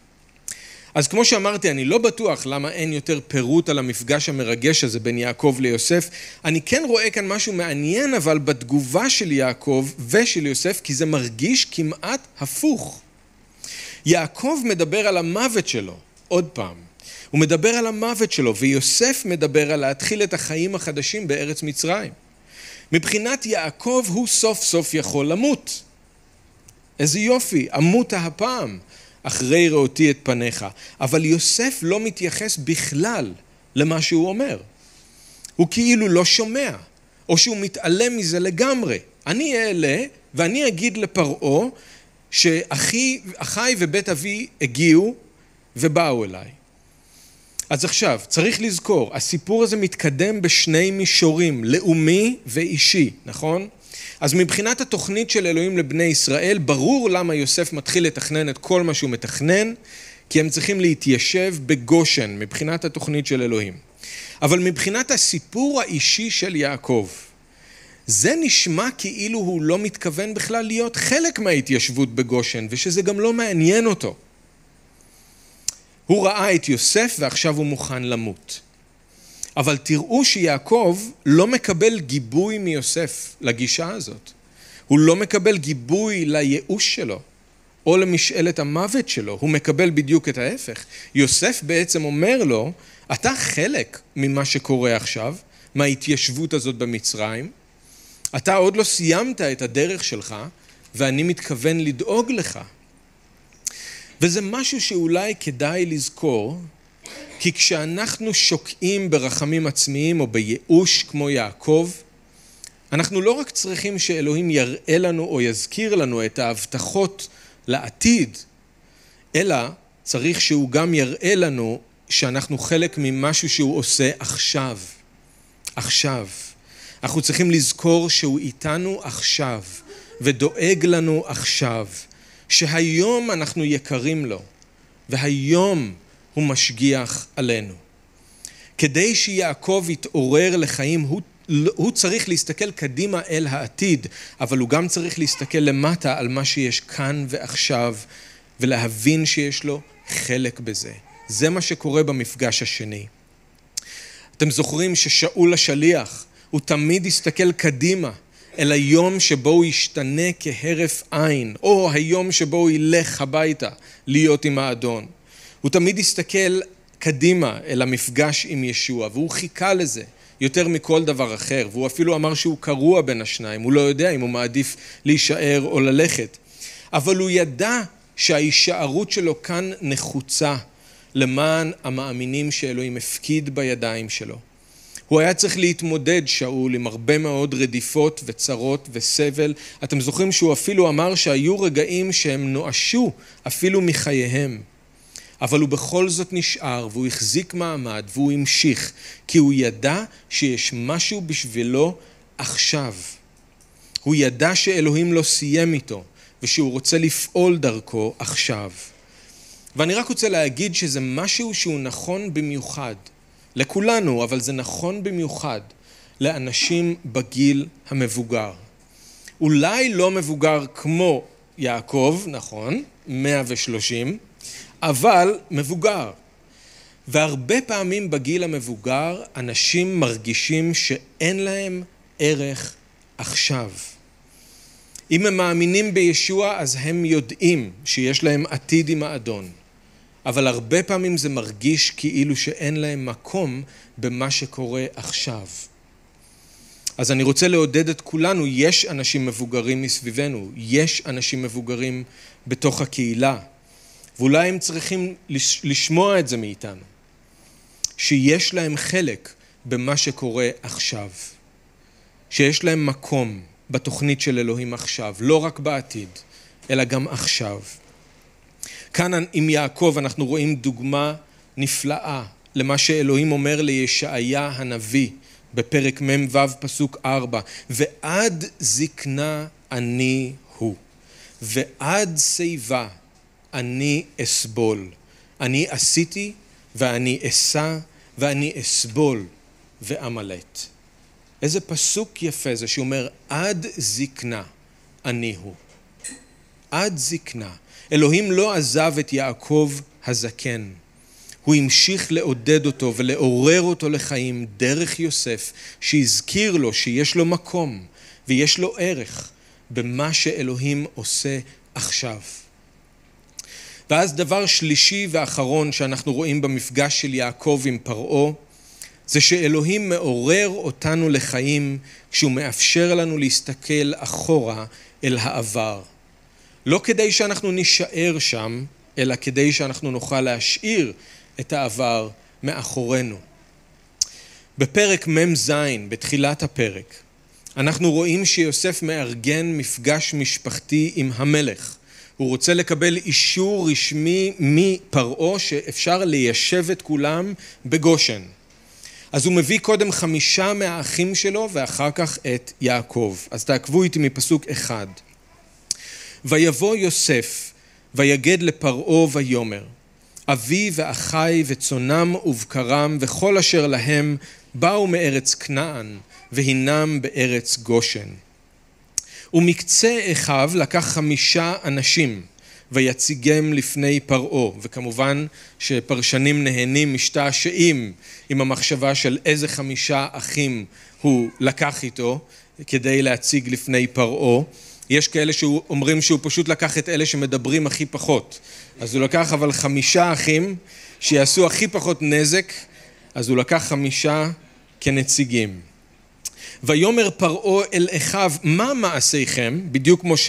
אז כמו שאמרתי, אני לא בטוח למה אין יותר פירוט על המפגש המרגש הזה בין יעקב ליוסף. אני כן רואה כאן משהו מעניין, אבל בתגובה של יעקב ושל יוסף, כי זה מרגיש כמעט הפוך. יעקב מדבר על המוות שלו, עוד פעם. הוא מדבר על המוות שלו, ויוסף מדבר על להתחיל את החיים החדשים בארץ מצרים. מבחינת יעקב הוא סוף סוף יכול למות. איזה יופי, אמות הפעם, אחרי ראותי את פניך. אבל יוסף לא מתייחס בכלל למה שהוא אומר. הוא כאילו לא שומע, או שהוא מתעלם מזה לגמרי. אני אעלה ואני אגיד לפרעה, שאחיי ובית אבי הגיעו ובאו אליי. אז עכשיו, צריך לזכור, הסיפור הזה מתקדם בשני מישורים, לאומי ואישי, נכון? אז מבחינת התוכנית של אלוהים לבני ישראל, ברור למה יוסף מתחיל לתכנן את כל מה שהוא מתכנן, כי הם צריכים להתיישב בגושן, מבחינת התוכנית של אלוהים. אבל מבחינת הסיפור האישי של יעקב, זה נשמע כאילו הוא לא מתכוון בכלל להיות חלק מההתיישבות בגושן, ושזה גם לא מעניין אותו. הוא ראה את יוסף ועכשיו הוא מוכן למות. אבל תראו שיעקב לא מקבל גיבוי מיוסף לגישה הזאת. הוא לא מקבל גיבוי לייאוש שלו, או למשאלת המוות שלו. הוא מקבל בדיוק את ההפך. יוסף בעצם אומר לו, אתה חלק ממה שקורה עכשיו, מההתיישבות הזאת במצרים, אתה עוד לא סיימת את הדרך שלך, ואני מתכוון לדאוג לך. וזה משהו שאולי כדאי לזכור, כי כשאנחנו שוקעים ברחמים עצמיים או בייאוש כמו יעקב, אנחנו לא רק צריכים שאלוהים יראה לנו או יזכיר לנו את ההבטחות לעתיד, אלא צריך שהוא גם יראה לנו שאנחנו חלק ממשהו שהוא עושה עכשיו. עכשיו. אנחנו צריכים לזכור שהוא איתנו עכשיו, ודואג לנו עכשיו, שהיום אנחנו יקרים לו, והיום הוא משגיח עלינו. כדי שיעקב יתעורר לחיים, הוא צריך להסתכל קדימה אל העתיד, אבל הוא גם צריך להסתכל למטה על מה שיש כאן ועכשיו, ולהבין שיש לו חלק בזה. זה מה שקורה במפגש השני. אתם זוכרים ששאול השליח, הוא תמיד הסתכל קדימה אל היום שבו הוא ישתנה כהרף עין, או היום שבו הוא ילך הביתה להיות עם האדון. הוא תמיד הסתכל קדימה אל המפגש עם ישוע, והוא חיכה לזה יותר מכל דבר אחר, והוא אפילו אמר שהוא קרוע בין השניים, הוא לא יודע אם הוא מעדיף להישאר או ללכת. אבל הוא ידע שההישארות שלו כאן נחוצה למען המאמינים שאלוהים הפקיד בידיים שלו. הוא היה צריך להתמודד, שאול, עם הרבה מאוד רדיפות וצרות וסבל. אתם זוכרים שהוא אפילו אמר שהיו רגעים שהם נואשו אפילו מחייהם. אבל הוא בכל זאת נשאר, והוא החזיק מעמד, והוא המשיך, כי הוא ידע שיש משהו בשבילו עכשיו. הוא ידע שאלוהים לא סיים איתו, ושהוא רוצה לפעול דרכו עכשיו. ואני רק רוצה להגיד שזה משהו שהוא נכון במיוחד. לכולנו, אבל זה נכון במיוחד לאנשים בגיל המבוגר. אולי לא מבוגר כמו יעקב, נכון, 130, אבל מבוגר. והרבה פעמים בגיל המבוגר אנשים מרגישים שאין להם ערך עכשיו. אם הם מאמינים בישוע אז הם יודעים שיש להם עתיד עם האדון. אבל הרבה פעמים זה מרגיש כאילו שאין להם מקום במה שקורה עכשיו. אז אני רוצה לעודד את כולנו, יש אנשים מבוגרים מסביבנו, יש אנשים מבוגרים בתוך הקהילה, ואולי הם צריכים לשמוע את זה מאיתנו, שיש להם חלק במה שקורה עכשיו, שיש להם מקום בתוכנית של אלוהים עכשיו, לא רק בעתיד, אלא גם עכשיו. כאן עם יעקב אנחנו רואים דוגמה נפלאה למה שאלוהים אומר לישעיה הנביא בפרק מ"ו פסוק 4, ועד זקנה אני הוא, ועד שיבה אני אסבול. אני עשיתי ואני אשא ואני אסבול ואמלט. איזה פסוק יפה זה שאומר עד זקנה אני הוא. עד זקנה. אלוהים לא עזב את יעקב הזקן. הוא המשיך לעודד אותו ולעורר אותו לחיים דרך יוסף, שהזכיר לו שיש לו מקום ויש לו ערך במה שאלוהים עושה עכשיו. ואז דבר שלישי ואחרון שאנחנו רואים במפגש של יעקב עם פרעה, זה שאלוהים מעורר אותנו לחיים כשהוא מאפשר לנו להסתכל אחורה אל העבר. לא כדי שאנחנו נישאר שם, אלא כדי שאנחנו נוכל להשאיר את העבר מאחורינו. בפרק מ"ז, בתחילת הפרק, אנחנו רואים שיוסף מארגן מפגש משפחתי עם המלך. הוא רוצה לקבל אישור רשמי מפרעה שאפשר ליישב את כולם בגושן. אז הוא מביא קודם 5 מהאחים שלו ואחר כך את יעקב. אז תעקבו איתי מפסוק 1. ויבוא יוסף ויגד לפרעה ויאמר, אבי ואחי וצונם ובקרם וכל אשר להם באו מארץ כנען והינם בארץ גושן. ומקצה אחיו לקח 5 אנשים ויציגם לפני פרעה, וכמובן שפרשנים נהנים משתעשעים עם המחשבה של איזה 5 אחים הוא לקח איתו כדי להציג לפני פרעה. יש כאלה שאומרים שהוא פשוט לקח את אלה שמדברים הכי פחות, אז הוא לקח אבל 5 אחים שיעשו הכי פחות נזק, אז הוא לקח 5 כנציגים. ויאמר פרעה אל אחיו, מה מעשיכם? בדיוק כמו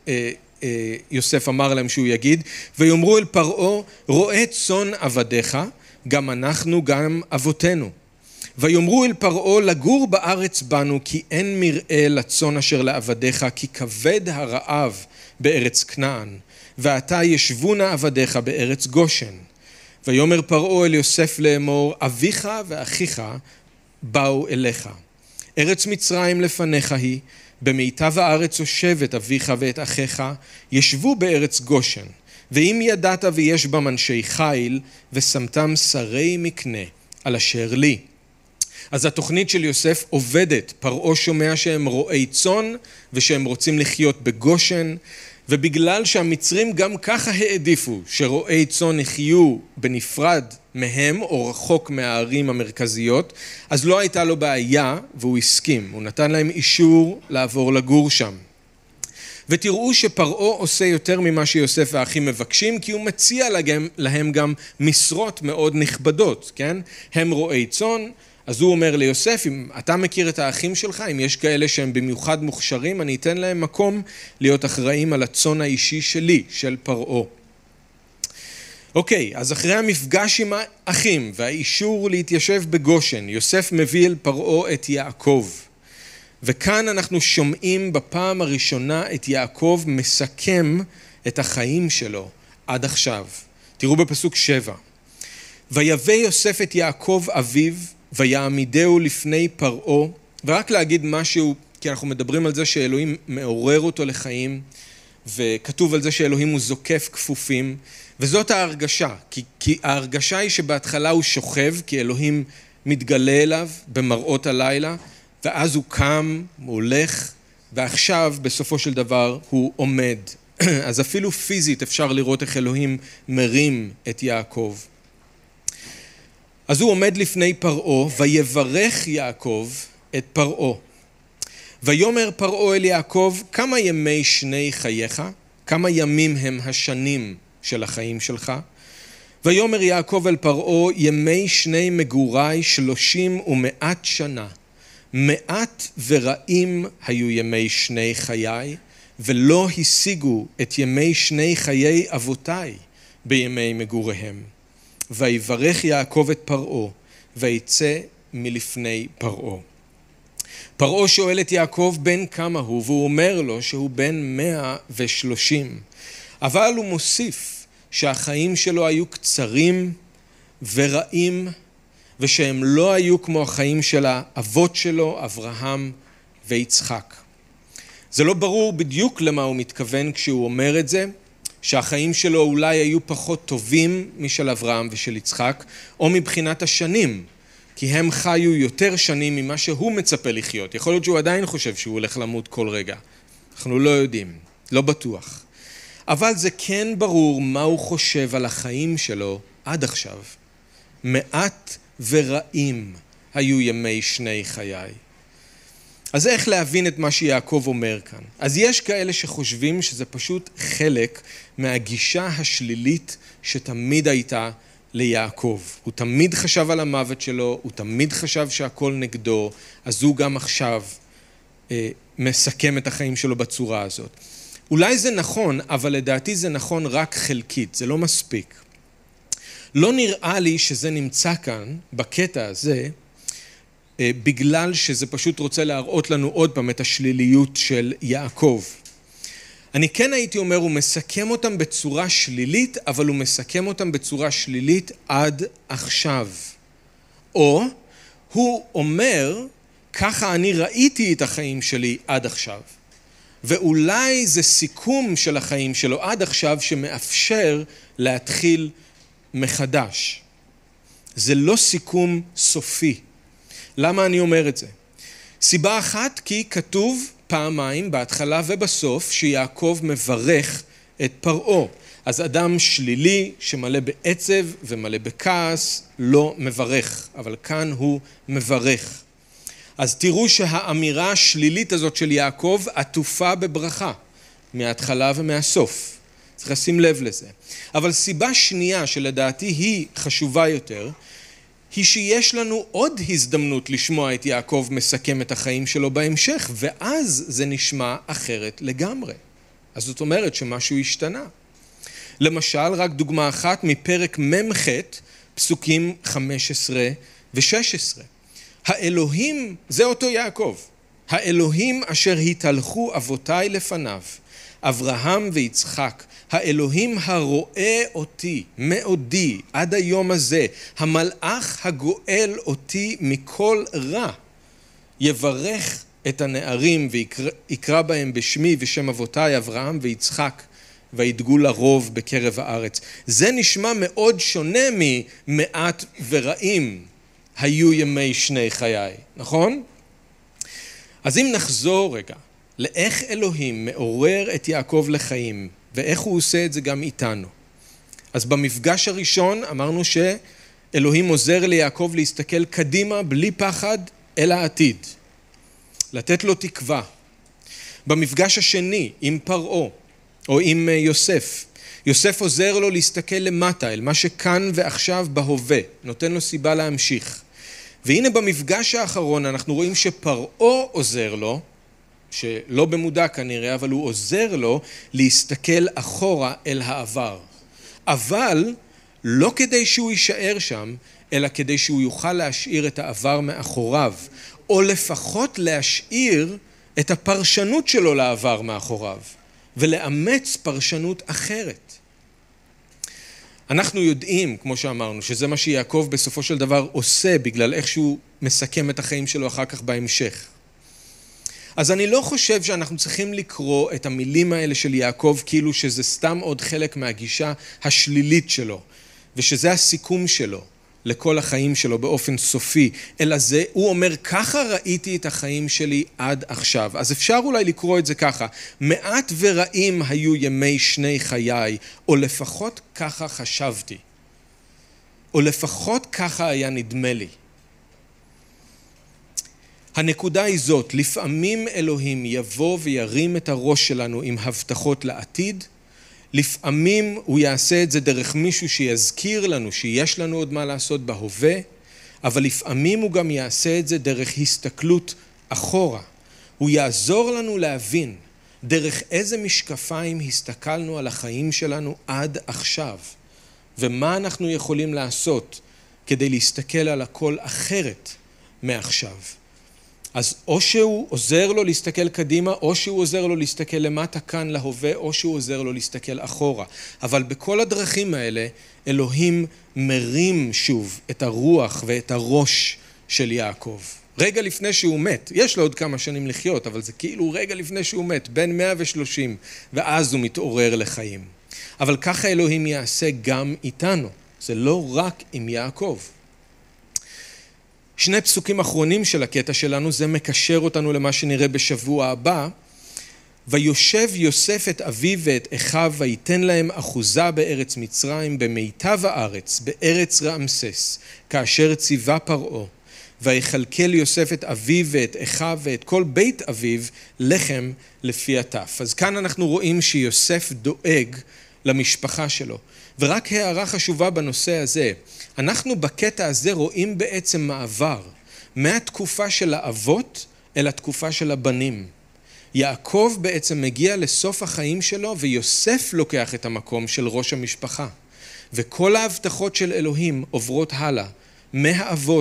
שיוסף אמר להם שהוא יגיד. ויאמרו אל פרעה, רואה צאן עבדיך, גם אנחנו גם אבותינו. ויאמרו אל פרעה, לגור בארץ בנו, כי אין מרעה לצאן אשר לעבדיך, כי כבד הרעב בארץ כנען, ועתה ישבונה עבדיך בארץ גושן. ויאמר פרעה אל יוסף לאמור, אביך ואחיך באו אליך. ארץ מצרים לפניך היא, במיטב הארץ יושב את אביך ואת אחיך, ישבו בארץ גושן, ואם ידעת ויש בם אנשי חיל, ושמתם שרי מקנה על אשר לי. אז התוכנית של יוסף עובדת, פרעה שומע שהם רועי צאן, ושהם רוצים לחיות בגושן, ובגלל שהמצרים גם ככה העדיפו שרועי צאן יחיו בנפרד מהם או רחוק מהערים המרכזיות, אז לא הייתה לו בעיה והוא הסכים, הוא נתן להם אישור לעבור לגור שם. ותראו שפרעה עושה יותר ממה שיוסף והאחים מבקשים, כי הוא מציע להם גם משרות מאוד נכבדות, כן? הם רועי צאן, אז הוא אומר ליוסף, אם אתה מכיר את האחים שלך, אם יש כאלה שהם במיוחד מוכשרים, אני אתן להם מקום להיות אחראים על הצאן האישי שלי, של פרעה. אוקיי, אז אחרי המפגש עם האחים והאישור להתיישב בגושן, יוסף מביא אל פרעה את יעקב. וכאן אנחנו שומעים בפעם הראשונה את יעקב מסכם את החיים שלו עד עכשיו. תראו בפסוק 7. ויבא יוסף את יעקב אביו, ויעמידהו לפני פרעה, ורק להגיד משהו, כי אנחנו מדברים על זה שאלוהים מעורר אותו לחיים, וכתוב על זה שאלוהים הוא זוקף כפופים, וזאת ההרגשה, כי ההרגשה היא שבהתחלה הוא שוכב, כי אלוהים מתגלה אליו במראות הלילה, ואז הוא קם, הוא הולך, ועכשיו בסופו של דבר הוא עומד. אז אפילו פיזית אפשר לראות איך אלוהים מרים את יעקב. אז הוא עומד לפני פרעה, ויברך יעקב את פרעה. ויאמר פרעה אל יעקב, כמה ימי שני חייך? כמה ימים הם השנים של החיים שלך? ויאמר יעקב אל פרעה, ימי שני מגורי 30 שנה. 100 ורעים היו ימי שני חיי, ולא השיגו את ימי שני חיי אבותיי בימי מגוריהם. ויברך יעקב את פרעה, ויצא מלפני פרעה. פרעה שואל את יעקב בן כמה הוא, והוא אומר לו שהוא בן 130. אבל הוא מוסיף שהחיים שלו היו קצרים ורעים, ושהם לא היו כמו החיים של האבות שלו, אברהם ויצחק. זה לא ברור בדיוק למה הוא מתכוון כשהוא אומר את זה, שהחיים שלו אולי היו פחות טובים משל אברהם ושל יצחק, או מבחינת השנים, כי הם חיו יותר שנים ממה שהוא מצפה לחיות. יכול להיות שהוא עדיין חושב שהוא הולך למות כל רגע. אנחנו לא יודעים, לא בטוח. אבל זה כן ברור מה הוא חושב על החיים שלו עד עכשיו. 100 ורעים היו ימי שני חיי. אז איך להבין את מה שיעקב אומר כאן? אז יש כאלה שחושבים שזה פשוט חלק מהגישה השלילית שתמיד הייתה ליעקב. הוא תמיד חשב על המוות שלו, הוא תמיד חשב שהכל נגדו, אז הוא גם עכשיו מסכם את החיים שלו בצורה הזאת. אולי זה נכון, אבל לדעתי זה נכון רק חלקית, זה לא מספיק. לא נראה לי שזה נמצא כאן, בקטע הזה, בגלל שזה פשוט רוצה להראות לנו עוד פעם את השליליות של יעקב. אני כן הייתי אומר, הוא מסכם אותם בצורה שלילית, אבל הוא מסכם אותם בצורה שלילית עד עכשיו. או הוא אומר, ככה אני ראיתי את החיים שלי עד עכשיו. ואולי זה סיכום של החיים שלו עד עכשיו שמאפשר להתחיל מחדש. זה לא סיכום סופי. למה אני אומר את זה? סיבה אחת, כי כתוב פעמיים, בהתחלה ובסוף, שיעקב מברך את פרעה. אז אדם שלילי שמלא בעצב ומלא בכעס לא מברך, אבל כאן הוא מברך. אז תראו שהאמירה השלילית הזאת של יעקב עטופה בברכה, מההתחלה ומהסוף. צריך לשים לב לזה. אבל סיבה שנייה שלדעתי היא חשובה יותר, היא שיש לנו עוד הזדמנות לשמוע את יעקב מסכם את החיים שלו בהמשך, ואז זה נשמע אחרת לגמרי. אז זאת אומרת שמשהו השתנה. למשל, רק דוגמה אחת מפרק ממ"ח, פסוקים 15 ו-16. האלוהים, זה אותו יעקב, האלוהים אשר התהלכו אבותיי לפניו, אברהם ויצחק, האלוהים הרואה אותי, מעודי, עד היום הזה, המלאך הגואל אותי מכל רע, יברך את הנערים ויקרא בהם בשמי ושם אבותיי, אברהם ויצחק, וידגו לרוב בקרב הארץ. זה נשמע מאוד שונה ממעט ורעים היו ימי שני חיי, נכון? אז אם נחזור רגע, לאיך אלוהים מעורר את יעקב לחיים, ואיך הוא עושה את זה גם איתנו. אז במפגש הראשון אמרנו שאלוהים עוזר ליעקב להסתכל קדימה בלי פחד אל העתיד. לתת לו תקווה. במפגש השני עם פרעה, או עם יוסף, יוסף עוזר לו להסתכל למטה, אל מה שכאן ועכשיו בהווה, נותן לו סיבה להמשיך. והנה במפגש האחרון אנחנו רואים שפרעה עוזר לו, שלא במודע כנראה, אבל הוא עוזר לו להסתכל אחורה אל העבר. אבל לא כדי שהוא יישאר שם, אלא כדי שהוא יוכל להשאיר את העבר מאחוריו, או לפחות להשאיר את הפרשנות שלו לעבר מאחוריו, ולאמץ פרשנות אחרת. אנחנו יודעים, כמו שאמרנו, שזה מה שיעקב בסופו של דבר עושה, בגלל איך שהוא מסכם את החיים שלו אחר כך בהמשך. אז אני לא חושב שאנחנו צריכים לקרוא את המילים האלה של יעקב כאילו שזה סתם עוד חלק מהגישה השלילית שלו, ושזה הסיכום שלו לכל החיים שלו באופן סופי, אלא זה, הוא אומר, ככה ראיתי את החיים שלי עד עכשיו. אז אפשר אולי לקרוא את זה ככה, מעט ורעים היו ימי שני חיי, או לפחות ככה חשבתי, או לפחות ככה היה נדמה לי. הנקודה היא זאת, לפעמים אלוהים יבוא וירים את הראש שלנו עם הבטחות לעתיד, לפעמים הוא יעשה את זה דרך מישהו שיזכיר לנו שיש לנו עוד מה לעשות בהווה, אבל לפעמים הוא גם יעשה את זה דרך הסתכלות אחורה. הוא יעזור לנו להבין דרך איזה משקפיים הסתכלנו על החיים שלנו עד עכשיו, ומה אנחנו יכולים לעשות כדי להסתכל על הכל אחרת מעכשיו. אז או שהוא עוזר לו להסתכל קדימה, או שהוא עוזר לו להסתכל למטה כאן להווה, או שהוא עוזר לו להסתכל אחורה. אבל בכל הדרכים האלה, אלוהים מרים שוב את הרוח ואת הראש של יעקב. רגע לפני שהוא מת, יש לו עוד כמה שנים לחיות, אבל זה כאילו רגע לפני שהוא מת, בין 130, ואז הוא מתעורר לחיים. אבל ככה אלוהים יעשה גם איתנו, זה לא רק עם יעקב. שני פסוקים אחרונים של הקטע שלנו, זה מקשר אותנו למה שנראה בשבוע הבא. ויושב יוסף את אביו ואת אחיו, ויתן להם אחוזה בארץ מצרים, במיטב הארץ, בארץ רעמסס, כאשר ציווה פרעה. ויכלכל יוסף את אביו ואת אחיו ואת כל בית אביו לחם לפי הטף. אז כאן אנחנו רואים שיוסף דואג למשפחה שלו. ורק הערה חשובה בנושא הזה, אנחנו בקטע הזה רואים בעצם מעבר מהתקופה של האבות אל התקופה של הבנים. יעקב בעצם מגיע לסוף החיים שלו, ויוסף לוקח את המקום של ראש המשפחה. וכל ההבטחות של אלוהים עוברות הלאה, מהאבות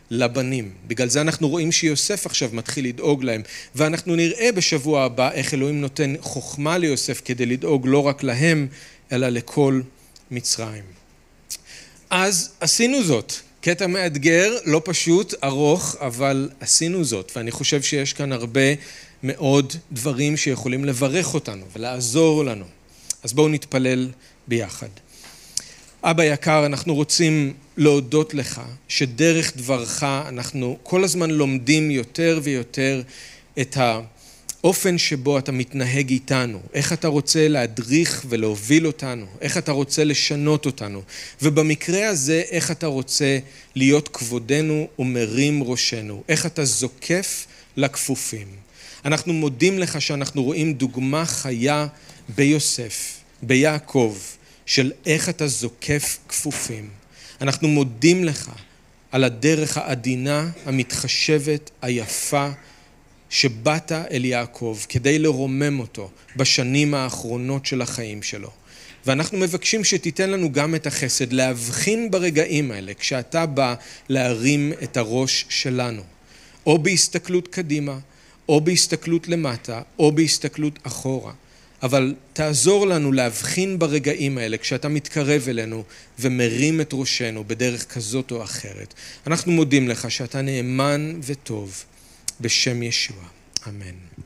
לבנים. בגלל זה אנחנו רואים שיוסף עכשיו מתחיל לדאוג להם, ואנחנו נראה בשבוע הבא איך אלוהים נותן חוכמה ליוסף כדי לדאוג לא רק להם, אלא לכל מצרים. אז עשינו זאת. קטע מאתגר, לא פשוט, ארוך, אבל עשינו זאת. ואני חושב שיש כאן הרבה מאוד דברים שיכולים לברך אותנו ולעזור לנו. אז בואו נתפלל ביחד. אבא יקר, אנחנו רוצים להודות לך שדרך דברך אנחנו כל הזמן לומדים יותר ויותר את האופן שבו אתה מתנהג איתנו, איך אתה רוצה להדריך ולהוביל אותנו, איך אתה רוצה לשנות אותנו, ובמקרה הזה איך אתה רוצה להיות כבודנו ומרים ראשנו, איך אתה זוקף לכפופים. אנחנו מודים לך שאנחנו רואים דוגמה חיה ביוסף, ביעקב, של איך אתה זוקף כפופים. אנחנו מודים לך על הדרך העדינה, המתחשבת, היפה, שבאת אל יעקב כדי לרומם אותו בשנים האחרונות של החיים שלו. ואנחנו מבקשים שתיתן לנו גם את החסד להבחין ברגעים האלה, כשאתה בא להרים את הראש שלנו, או בהסתכלות קדימה, או בהסתכלות למטה, או בהסתכלות אחורה. אבל תעזור לנו להבחין ברגעים האלה כשאתה מתקרב אלינו ומרים את ראשנו בדרך כזאת או אחרת. אנחנו מודים לך שאתה נאמן וטוב בשם ישוע. אמן.